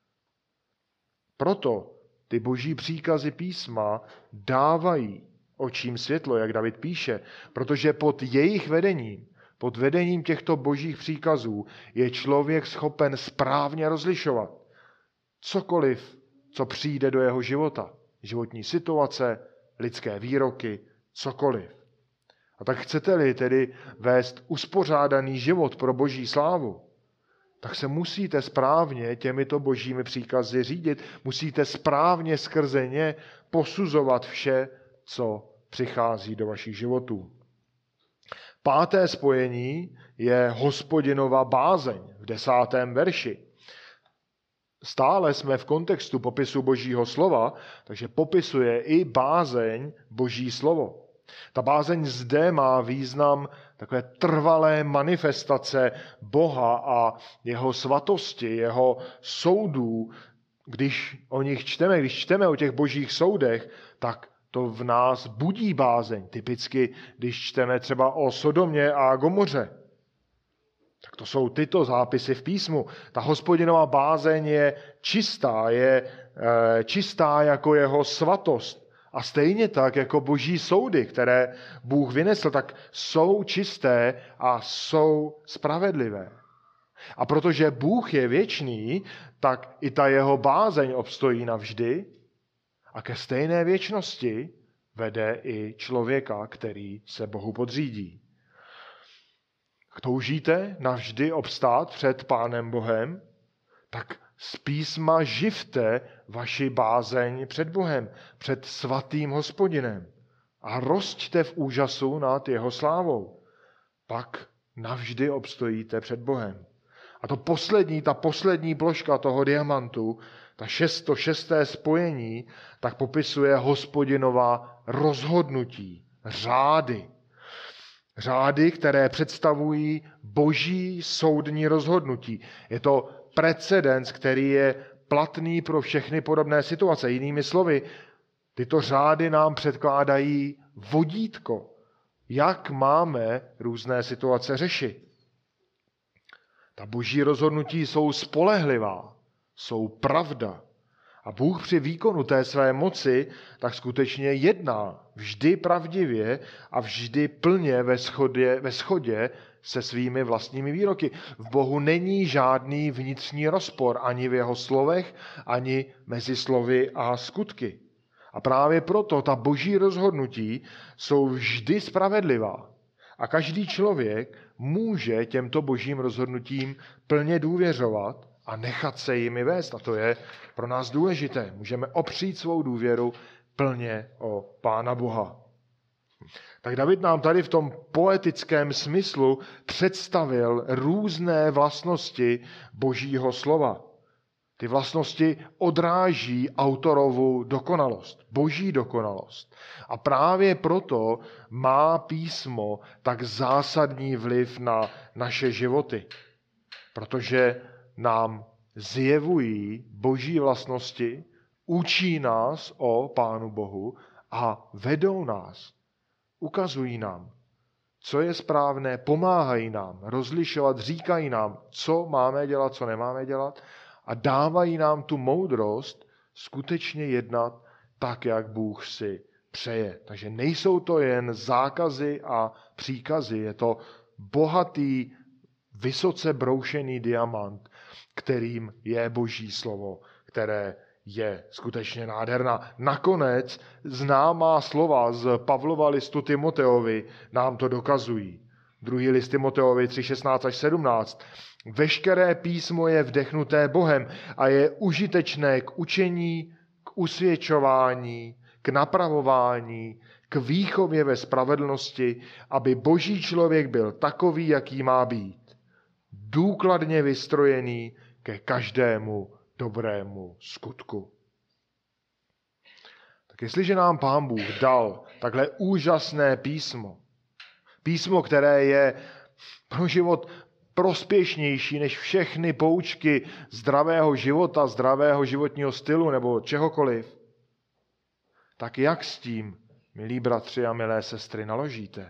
Proto ty boží příkazy písma dávají očím světlo, jak David píše, protože pod jejich vedením, pod vedením těchto božích příkazů je člověk schopen správně rozlišovat cokoliv, co přijde do jeho života. Životní situace, lidské výroky, cokoliv. A tak chcete-li tedy vést uspořádaný život pro boží slávu, tak se musíte správně těmito božími příkazy řídit, musíte správně skrze ně posuzovat vše, co přichází do vašich životů. Páté spojení je Hospodinova bázeň v desátém verši. Stále jsme v kontextu popisu božího slova, takže popisuje i bázeň boží slovo. Ta bázeň zde má význam takové trvalé manifestace Boha a jeho svatosti, jeho soudů. Když o nich čteme, když čteme o těch božích soudech, tak to v nás budí bázeň. Typicky, když čteme třeba o Sodomě a Gomoře. Tak to jsou tyto zápisy v písmu. Ta Hospodinova bázeň je čistá, je e, čistá jako jeho svatost. A stejně tak, jako boží soudy, které Bůh vynesl, tak jsou čisté a jsou spravedlivé. A protože Bůh je věčný, tak i ta jeho bázeň obstojí navždy a ke stejné věčnosti vede i člověka, který se Bohu podřídí. Toužíte navždy obstát před Pánem Bohem? Tak z písma živte vaši bázeň před Bohem, před svatým Hospodinem a rosťte v úžasu nad jeho slávou. Pak navždy obstojíte před Bohem. A to poslední, ta poslední ploška toho diamantu, ta šest, to šesté spojení, tak popisuje Hospodinova rozhodnutí, řády. Řády, které představují boží soudní rozhodnutí. Je to precedens, který je platný pro všechny podobné situace. Jinými slovy, tyto řády nám předkládají vodítko, jak máme různé situace řešit. Ta boží rozhodnutí jsou spolehlivá, jsou pravda. A Bůh při výkonu té své moci tak skutečně jedná vždy pravdivě a vždy plně ve shodě, ve shodě se svými vlastními výroky. V Bohu není žádný vnitřní rozpor ani v jeho slovech, ani mezi slovy a skutky. A právě proto ta boží rozhodnutí jsou vždy spravedlivá. A každý člověk může těmto božím rozhodnutím plně důvěřovat a nechat se jimi vést. A to je pro nás důležité. Můžeme opřít svou důvěru plně o Pána Boha. Tak David nám tady v tom poetickém smyslu představil různé vlastnosti Božího slova. Ty vlastnosti odráží autorovu dokonalost, Boží dokonalost. A právě proto má písmo tak zásadní vliv na naše životy. Protože nám zjevují Boží vlastnosti, učí nás o Pánu Bohu a vedou nás. Ukazují nám, co je správné, pomáhají nám rozlišovat, říkají nám, co máme dělat, co nemáme dělat a dávají nám tu moudrost skutečně jednat tak, jak Bůh si přeje. Takže nejsou to jen zákazy a příkazy, je to bohatý, vysoce broušený diamant, kterým je Boží slovo, které je skutečně nádherná. Nakonec známá slova z Pavlova listu Timoteovi nám to dokazují. Druhý list Timoteovi tři šestnáct až sedmnáct. Veškeré písmo je vdechnuté Bohem a je užitečné k učení, k usvědčování, k napravování, k výchově ve spravedlnosti, aby Boží člověk byl takový, jaký má být. Důkladně vystrojený ke každému dobrému skutku. Tak jestliže nám Pán Bůh dal takhle úžasné písmo, písmo, které je pro život prospěšnější než všechny poučky zdravého života, zdravého životního stylu nebo čehokoliv, tak jak s tím, milí bratři a milé sestry, naložíte?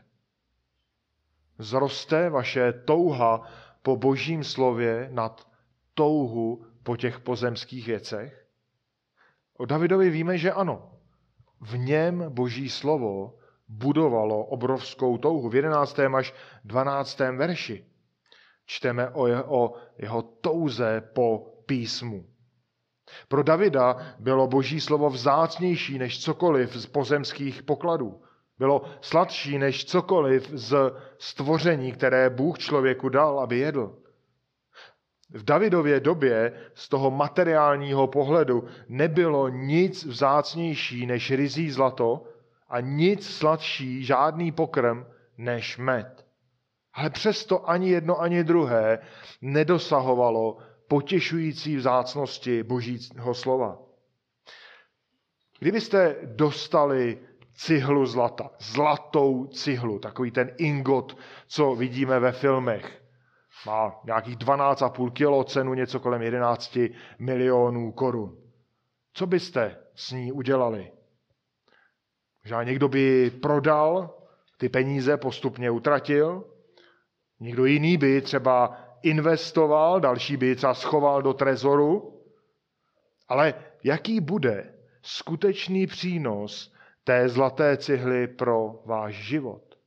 Zroste vaše touha po Božím slově nad touhu po těch pozemských věcech? O Davidovi víme, že ano. V něm Boží slovo budovalo obrovskou touhu. V jedenáctém až dvanáctém verši čteme o jeho, o jeho touze po písmu. Pro Davida bylo Boží slovo vzácnější než cokoliv z pozemských pokladů. Bylo sladší než cokoliv z stvoření, které Bůh člověku dal, aby jedl. V Davidově době z toho materiálního pohledu nebylo nic vzácnější než ryzí zlato a nic sladší, žádný pokrm, než med. Ale přesto ani jedno, ani druhé nedosahovalo potěšující vzácnosti Božího slova. Kdybyste dostali cihlu zlata, zlatou cihlu, takový ten ingot, co vidíme ve filmech, má nějakých dvanáct a půl kilo, cenu něco kolem jedenáct milionů korun. Co byste s ní udělali? Možná někdo by prodal, ty peníze postupně utratil, někdo jiný by třeba investoval, další by třeba schoval do trezoru. Ale jaký bude skutečný přínos té zlaté cihly pro váš život?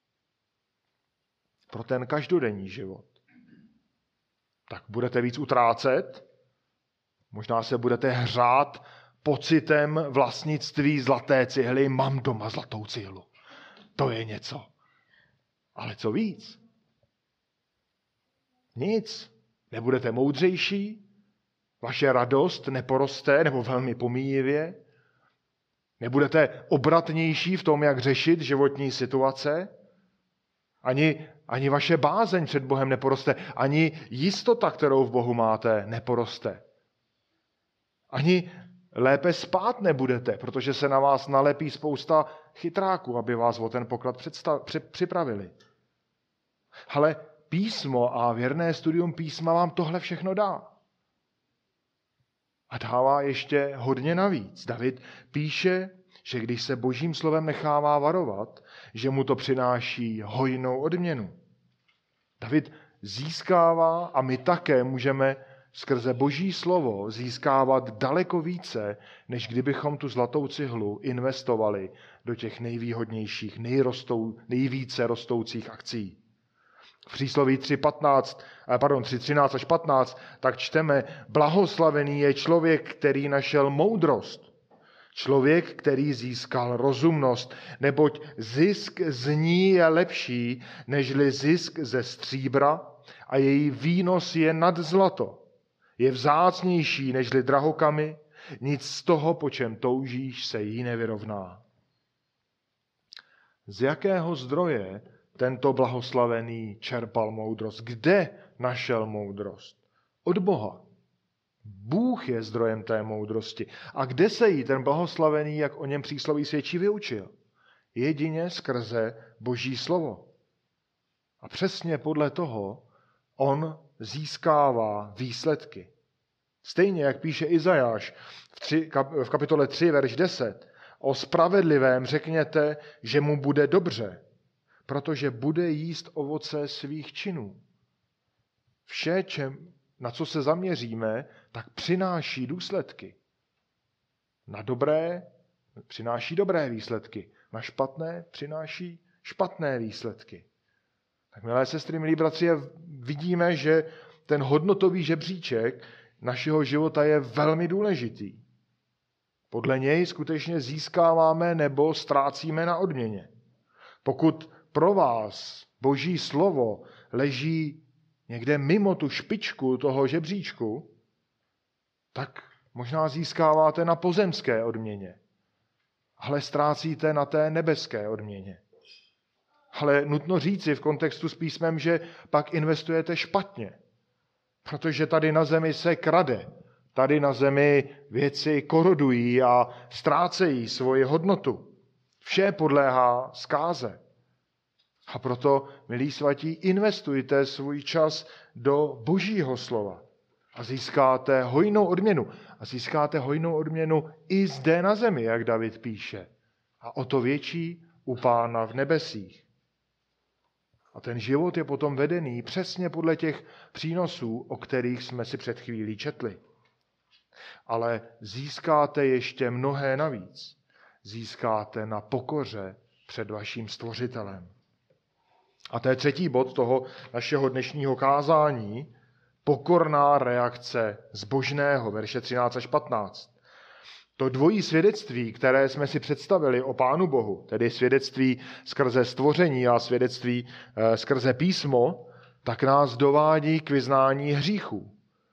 Pro ten každodenní život. Tak budete víc utrácet, možná se budete hřát pocitem vlastnictví zlaté cihly, mám doma zlatou cihlu. To je něco. Ale co víc? Nic. Nebudete moudřejší, vaše radost neporoste, nebo velmi pomíjivě. Nebudete obratnější v tom, jak řešit životní situace. Ani, ani vaše bázeň před Bohem neporoste. Ani jistota, kterou v Bohu máte, neporoste. Ani lépe spát nebudete, protože se na vás nalepí spousta chytráků, aby vás o ten poklad představ, při, připravili. Ale písmo a věrné studium písma vám tohle všechno dá. A dává ještě hodně navíc. David píše, že když se Božím slovem nechává varovat, že mu to přináší hojnou odměnu. David získává a my také můžeme skrze Boží slovo získávat daleko více, než kdybychom tu zlatou cihlu investovali do těch nejvýhodnějších, nejrostou, nejvíce rostoucích akcí. V přísloví tři patnáct, pardon, tři třináct až patnáct, tak čteme, blahoslavený je člověk, který našel moudrost. Člověk, který získal rozumnost, neboť zisk z ní je lepší, nežli zisk ze stříbra a její výnos je nad zlato. Je vzácnější nežli drahokamy, nic z toho, po čem toužíš, se jí nevyrovná. Z jakého zdroje tento blahoslavený čerpal moudrost? Kde našel moudrost? Od Boha. Bůh je zdrojem té moudrosti. A kde se jí ten blahoslavený, jak o něm přísloví svědčí, vyučil? Jedině skrze Boží slovo. A přesně podle toho on získává výsledky. Stejně, jak píše Izajáš v, tři, v kapitole tři, verš deset. O spravedlivém řekněte, že mu bude dobře, protože bude jíst ovoce svých činů. Vše, čem, na co se zaměříme, tak přináší důsledky. Na dobré přináší dobré výsledky, na špatné přináší špatné výsledky. Tak, milé sestry, milí bratři, vidíme, že ten hodnotový žebříček našeho života je velmi důležitý. Podle něj skutečně získáváme nebo ztrácíme na odměně. Pokud pro vás Boží slovo leží někde mimo tu špičku toho žebříčku, tak možná získáváte na pozemské odměně, ale ztrácíte na té nebeské odměně. Ale nutno říci v kontextu s písmem, že pak investujete špatně, protože tady na zemi se krade, tady na zemi věci korodují a ztrácejí svoji hodnotu. Vše podléhá zkáze. A proto, milí svatí, investujte svůj čas do Božího slova a získáte hojnou odměnu. A získáte hojnou odměnu i zde na zemi, jak David píše. A o to větší u Pána v nebesích. A ten život je potom vedený přesně podle těch přínosů, o kterých jsme si před chvílí četli. Ale získáte ještě mnohé navíc. Získáte na pokoře před vaším stvořitelem. A to je třetí bod toho našeho dnešního kázání, pokorná reakce zbožného, verše třináct až patnáct. To dvojí svědectví, které jsme si představili o Pánu Bohu, tedy svědectví skrze stvoření a svědectví e, skrze písmo, tak nás dovádí k vyznání hříchů.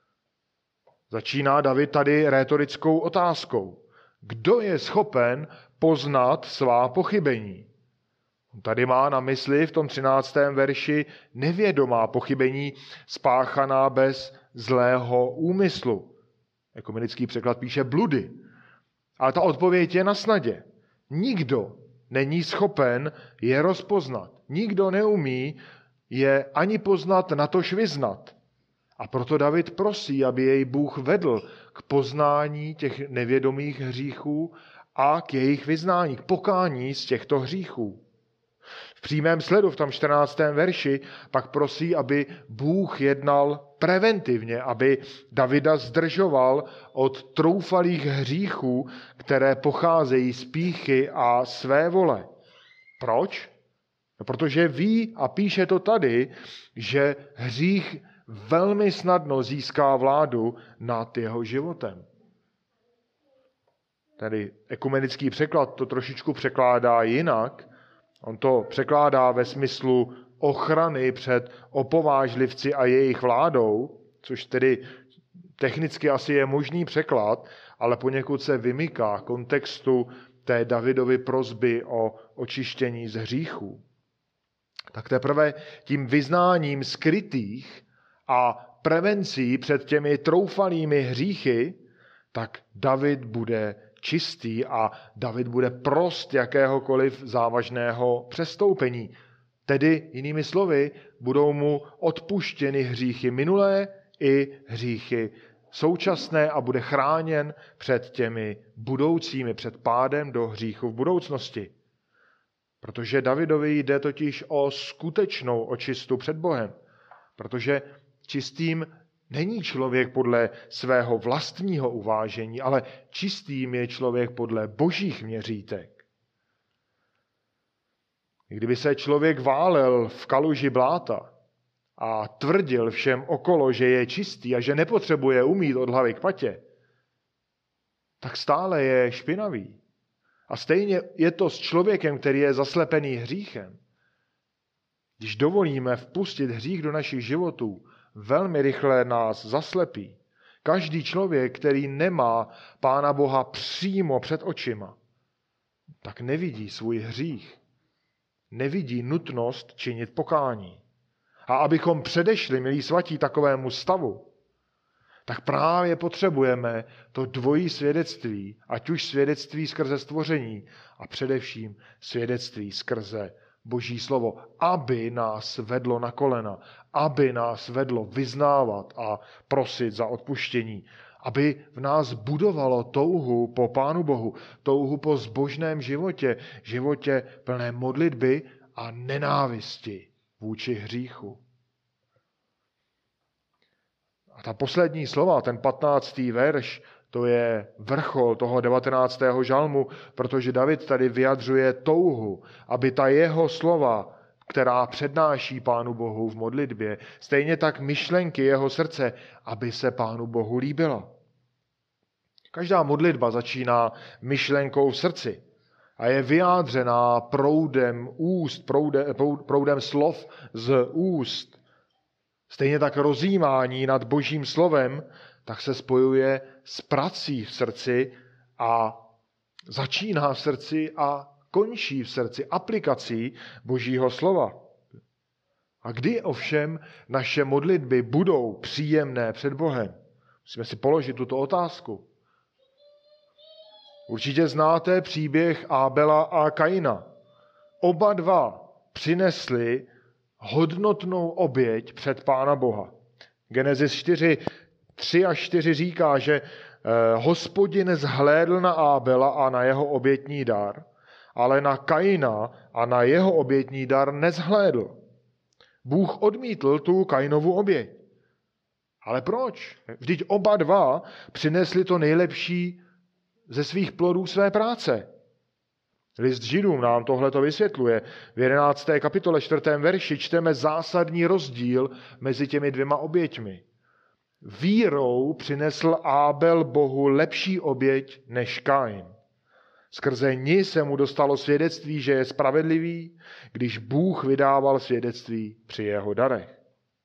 Začíná David tady rétorickou otázkou. Kdo je schopen poznat svá pochybení? Tady má na mysli v tom třináctém verši nevědomá pochybení spáchaná bez zlého úmyslu. Ekumenický překlad píše bludy. Ale ta odpověď je na snadě. Nikdo není schopen je rozpoznat. Nikdo neumí je ani poznat, natož vyznat. A proto David prosí, aby jej Bůh vedl k poznání těch nevědomých hříchů a k jejich vyznání, k pokání z těchto hříchů. V přímém sledu v tom čtrnáctém verši pak prosí, aby Bůh jednal preventivně, aby Davida zdržoval od troufalých hříchů, které pocházejí z pýchy a své vole. Proč? No, protože ví, a píše to tady, že hřích velmi snadno získá vládu nad jeho životem. Tedy ekumenický překlad to trošičku překládá jinak. On to překládá ve smyslu ochrany před opovážlivci a jejich vládou, což tedy technicky asi je možný překlad, ale poněkud se vymyká kontextu té Davidovy prosby o očištění z hříchů. Tak teprve tím vyznáním skrytých a prevencí před těmi troufalými hříchy, tak David bude čistý a David bude prost jakéhokoliv závažného přestoupení. Tedy, jinými slovy, budou mu odpuštěny hříchy minulé i hříchy současné a bude chráněn před těmi budoucími, před pádem do hříchu v budoucnosti. Protože Davidovi jde totiž o skutečnou očistu před Bohem. Protože čistým není člověk podle svého vlastního uvážení, ale čistým je člověk podle božích měřítek. Kdyby se člověk válel v kaluži bláta a tvrdil všem okolo, že je čistý a že nepotřebuje umýt od hlavy k patě, tak stále je špinavý. A stejně je to s člověkem, který je zaslepený hříchem. Když dovolíme vpustit hřích do našich životů, velmi rychle nás zaslepí. Každý člověk, který nemá Pána Boha přímo před očima, tak nevidí svůj hřích. Nevidí nutnost činit pokání. A abychom předešli, milí svatí, takovému stavu, tak právě potřebujeme to dvojí svědectví, ať už svědectví skrze stvoření a především svědectví skrze Boží slovo, aby nás vedlo na kolena, aby nás vedlo vyznávat a prosit za odpuštění, aby v nás budovalo touhu po Pánu Bohu, touhu po zbožném životě, životě plné modlitby a nenávisti vůči hříchu. A ta poslední slova, ten patnáctý verš, to je vrchol toho devatenáctého žalmu, protože David tady vyjadřuje touhu, aby ta jeho slova, která přednáší Pánu Bohu v modlitbě, stejně tak myšlenky jeho srdce, aby se Pánu Bohu líbila. Každá modlitba začíná myšlenkou v srdci a je vyjádřená proudem úst, proudem, proudem slov z úst. Stejně tak rozjímání nad Božím slovem, tak se spojuje s prací v srdci a začíná v srdci a končí v srdci aplikací Božího slova. A kdy ovšem naše modlitby budou příjemné před Bohem? Musíme si položit tuto otázku. Určitě znáte příběh Ábela a Kaina. Oba dva přinesli hodnotnou oběť před Pána Boha. Genesis čtyři, tři a čtyři říká, že Hospodin zhlédl na Ábela a na jeho obětní dar, ale na Kaina a na jeho obětní dar nezhlédl. Bůh odmítl tu Kainovu oběť. Ale proč? Vždyť oba dva přinesli to nejlepší ze svých plodů své práce. List Židům nám tohleto vysvětluje. V jedenácté kapitole čtvrtém verši čteme zásadní rozdíl mezi těmi dvěma oběťmi. Vírou přinesl Ábel Bohu lepší oběť než Kain. Skrze ní se mu dostalo svědectví, že je spravedlivý, když Bůh vydával svědectví při jeho darech.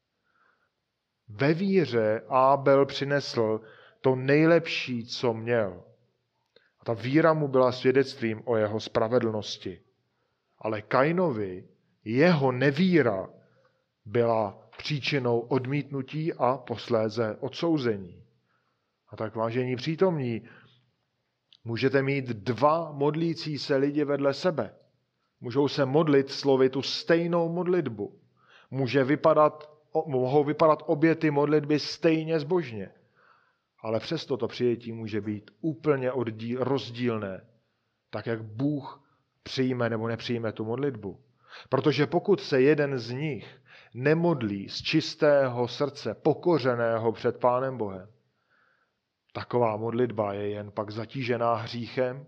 Ve víře Ábel přinesl to nejlepší, co měl. A ta víra mu byla svědectvím o jeho spravedlnosti. Ale Kainovi jeho nevíra byla příčinou odmítnutí a posléze odsouzení. A tak, vážení přítomní, můžete mít dva modlící se lidi vedle sebe. Můžou se modlit slovy tu stejnou modlitbu. Může vypadat, mohou vypadat obě ty modlitby stejně zbožně. Ale přesto to přijetí může být úplně oddíl, rozdílné, tak jak Bůh přijme nebo nepřijme tu modlitbu. Protože pokud se jeden z nich nemodlí z čistého srdce, pokořeného před Pánem Bohem, taková modlitba je jen pak zatížená hříchem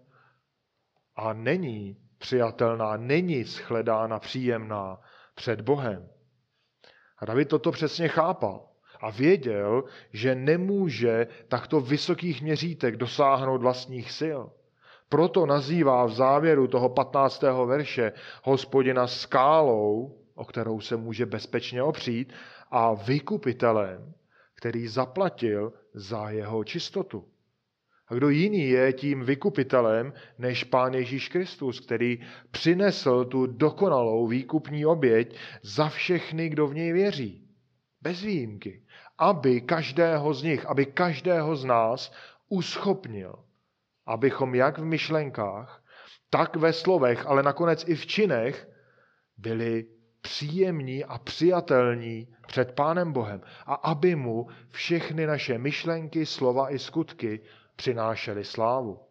a není přijatelná, není shledána příjemná před Bohem. A David toto přesně chápal a věděl, že nemůže takto vysokých měřítek dosáhnout vlastních sil. Proto nazývá v závěru toho patnáctého verše Hospodina skálou, o kterou se může bezpečně opřít, a vykupitelem, který zaplatil za jeho čistotu. A kdo jiný je tím vykupitelem než Pán Ježíš Kristus, který přinesl tu dokonalou výkupní oběť za všechny, kdo v něj věří. Bez výjimky. Aby každého z nich, aby každého z nás uschopnil, abychom jak v myšlenkách, tak ve slovech, ale nakonec i v činech byli příjemní a přijatelní před Pánem Bohem a aby mu všechny naše myšlenky, slova i skutky přinášely slávu.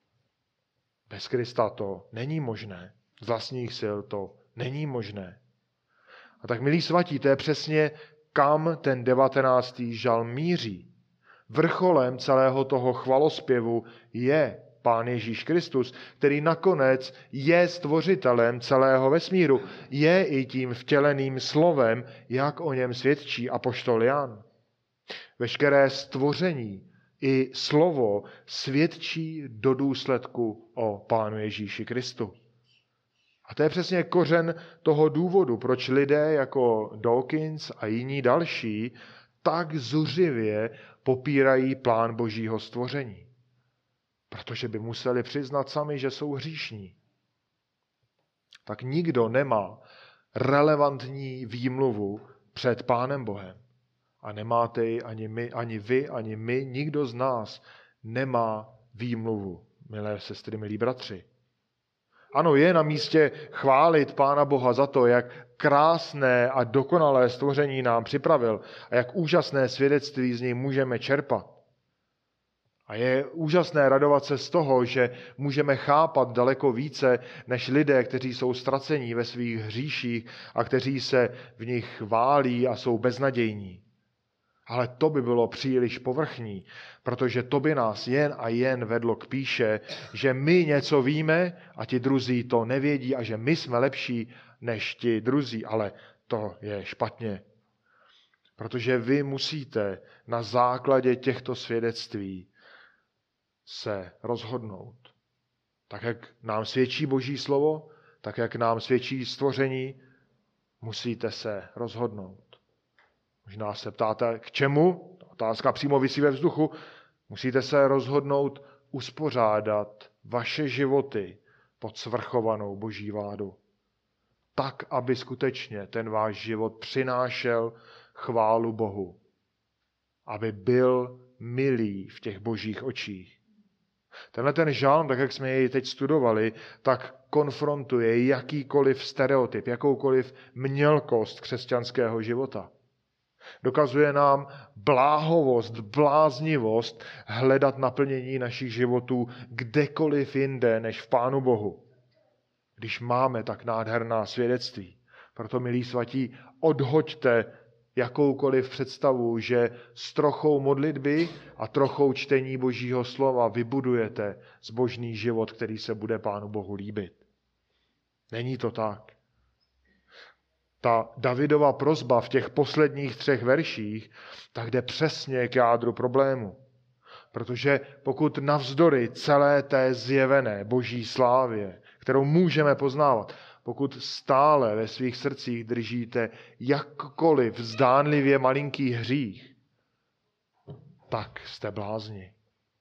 Bez Krista to není možné. Z vlastních sil to není možné. A tak, milí svatí, to je přesně kam ten devatenáctý žalm míří. Vrcholem celého toho chvalospěvu je Pán Ježíš Kristus, který nakonec je stvořitelem celého vesmíru, je i tím vtěleným slovem, jak o něm svědčí apoštol Jan. Veškeré stvoření i slovo svědčí do důsledku o Pánu Ježíši Kristu. A to je přesně kořen toho důvodu, proč lidé jako Dawkins a jiní další tak zuřivě popírají plán Božího stvoření. Protože by museli přiznat sami, že jsou hříšní. Tak nikdo nemá relevantní výmluvu před Pánem Bohem. A nemáte ji ani my, ani vy, ani my, nikdo z nás nemá výmluvu, milé sestry, milí bratři. Ano, je na místě chválit Pána Boha za to, jak krásné a dokonalé stvoření nám připravil a jak úžasné svědectví z něj můžeme čerpat. A je úžasné radovat se z toho, že můžeme chápat daleko více než lidé, kteří jsou ztracení ve svých hříších a kteří se v nich válí a jsou beznadějní. Ale to by bylo příliš povrchní, protože to by nás jen a jen vedlo k píše, že my něco víme a ti druzí to nevědí a že my jsme lepší než ti druzí, ale to je špatně. Protože vy musíte na základě těchto svědectví se rozhodnout. Tak, jak nám svědčí Boží slovo, tak, jak nám svědčí stvoření, musíte se rozhodnout. Možná se ptáte, k čemu? Otázka přímo visí ve vzduchu. Musíte se rozhodnout uspořádat vaše životy pod svrchovanou Boží vládu. Tak, aby skutečně ten váš život přinášel chválu Bohu. Aby byl milý v těch Božích očích. Tenhle ten žálm, tak jak jsme jej teď studovali, tak konfrontuje jakýkoliv stereotyp, jakoukoliv mělkost křesťanského života. Dokazuje nám bláhovost, bláznivost hledat naplnění našich životů kdekoliv jinde než v Pánu Bohu. Když máme tak nádherná svědectví. Proto, milí svatí, odhoďte jakoukoliv představu, že s trochou modlitby a trochou čtení Božího slova vybudujete zbožný život, který se bude Pánu Bohu líbit. Není to tak. Ta Davidova prosba v těch posledních třech verších tak jde přesně k jádru problému. Protože pokud navzdory celé té zjevené Boží slávě, kterou můžeme poznávat, pokud stále ve svých srdcích držíte jakkoliv zdánlivě malinký hřích, tak jste blázni.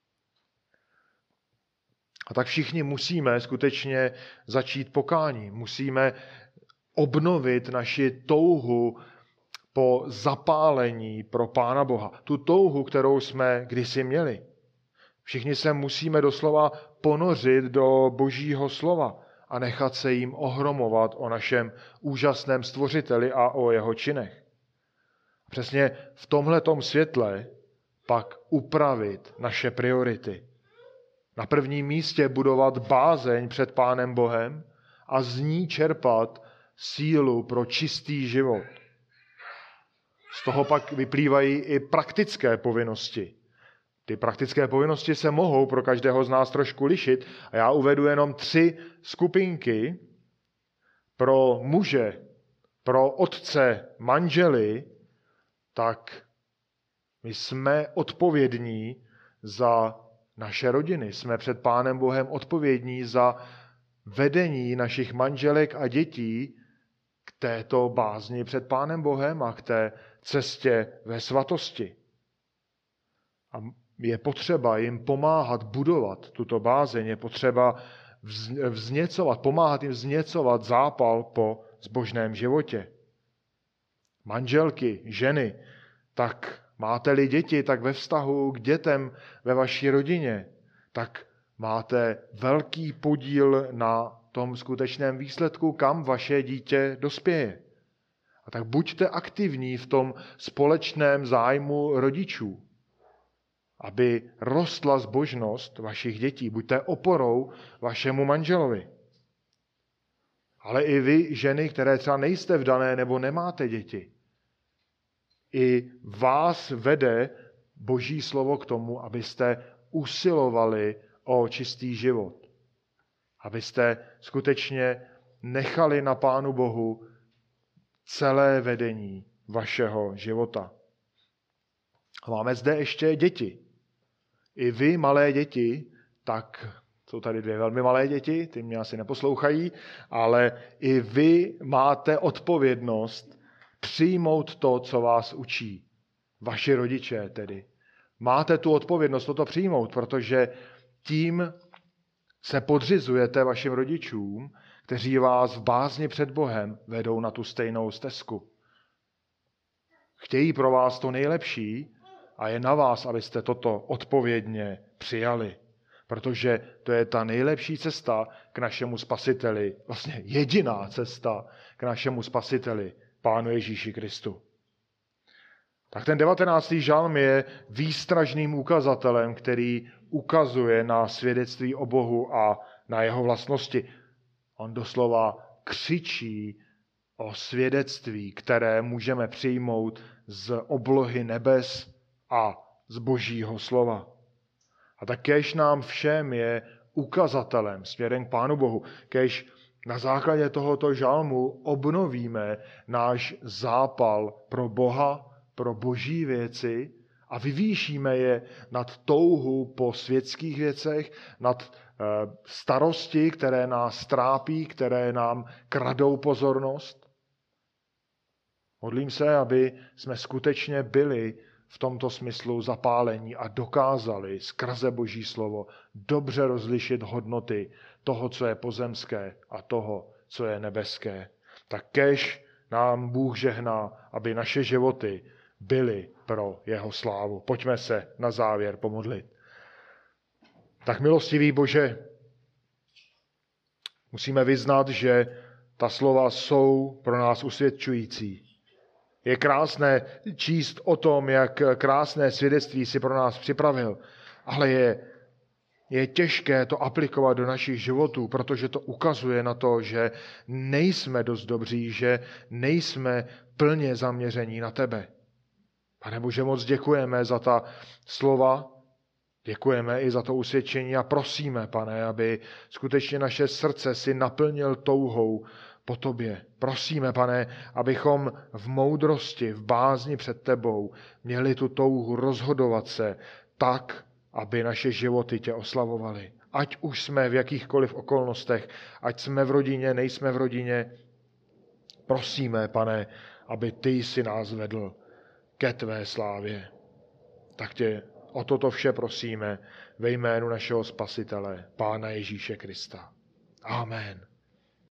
A tak všichni musíme skutečně začít pokání. Musíme obnovit naši touhu po zapálení pro Pána Boha. Tu touhu, kterou jsme kdysi měli. Všichni se musíme doslova ponořit do Božího slova a nechat se jim ohromovat o našem úžasném stvořiteli a o jeho činech. Přesně v tomhletom světle pak upravit naše priority. Na prvním místě budovat bázeň před Pánem Bohem a z ní čerpat sílu pro čistý život. Z toho pak vyplývají i praktické povinnosti. Ty praktické povinnosti se mohou pro každého z nás trošku lišit a já uvedu jenom tři skupinky pro muže, pro otce, manžely, tak my jsme odpovědní za naše rodiny. Jsme před Pánem Bohem odpovědní za vedení našich manželek a dětí k této bázni před Pánem Bohem a k té cestě ve svatosti. A je potřeba jim pomáhat budovat tuto bázeň, je potřeba vzněcovat, pomáhat jim vzněcovat zápal po zbožném životě. Manželky, ženy, tak máte-li děti, tak ve vztahu k dětem ve vaší rodině, tak máte velký podíl na tom skutečném výsledku, kam vaše dítě dospěje. A tak buďte aktivní v tom společném zájmu rodičů, aby rostla zbožnost vašich dětí. Buďte oporou vašemu manželovi. Ale i vy, ženy, které třeba nejste vdané nebo nemáte děti, i vás vede Boží slovo k tomu, abyste usilovali o čistý život. Abyste skutečně nechali na Pánu Bohu celé vedení vašeho života. A máme zde ještě děti. i vy, malé děti, tak jsou tady dvě velmi malé děti, ty mě asi neposlouchají, ale i vy máte odpovědnost přijmout to, co vás učí. Vaši rodiče tedy. Máte tu odpovědnost toto přijmout, protože tím se podřizujete vašim rodičům, kteří vás v bázni před Bohem vedou na tu stejnou stezku. Chtějí pro vás to nejlepší a je na vás, abyste toto odpovědně přijali. Protože to je ta nejlepší cesta k našemu spasiteli, vlastně jediná cesta k našemu spasiteli, Pánu Ježíši Kristu. Tak ten devatenáctý žalm je výstražným ukazatelem, který ukazuje na svědectví o Bohu a na jeho vlastnosti. On doslova křičí o svědectví, které můžeme přijmout z oblohy nebes a z Božího slova. A tak kéž nám všem je ukazatelem směrem k Pánu Bohu. Kéž na základě tohoto žalmu obnovíme náš zápal pro Boha, pro boží věci a vyvýšíme je nad touhu po světských věcech, nad starosti, které nás trápí, které nám kradou pozornost. Modlím se, aby jsme skutečně byli v tomto smyslu zapálení a dokázali skrze Boží slovo dobře rozlišit hodnoty toho, co je pozemské a toho, co je nebeské. Tak kéž nám Bůh žehná, aby naše životy byly pro jeho slávu. Pojďme se na závěr pomodlit. Tak milostivý Bože, musíme vyznat, že ta slova jsou pro nás usvědčující. Je krásné číst o tom, jak krásné svědectví si pro nás připravil, ale je, je těžké to aplikovat do našich životů, protože to ukazuje na to, že nejsme dost dobří, že nejsme plně zaměření na tebe. Pane Bože, moc děkujeme za ta slova, děkujeme i za to usvědčení a prosíme, Pane, aby skutečně naše srdce si naplnil touhou po tobě. Prosíme, Pane, abychom v moudrosti, v bázni před tebou měli tu touhu rozhodovat se tak, aby naše životy tě oslavovaly. Ať už jsme v jakýchkoliv okolnostech, ať jsme v rodině, nejsme v rodině, prosíme, Pane, aby ty jsi nás vedl ke tvé slávě. Tak tě o toto vše prosíme ve jménu našeho Spasitele, Pána Ježíše Krista. Amen.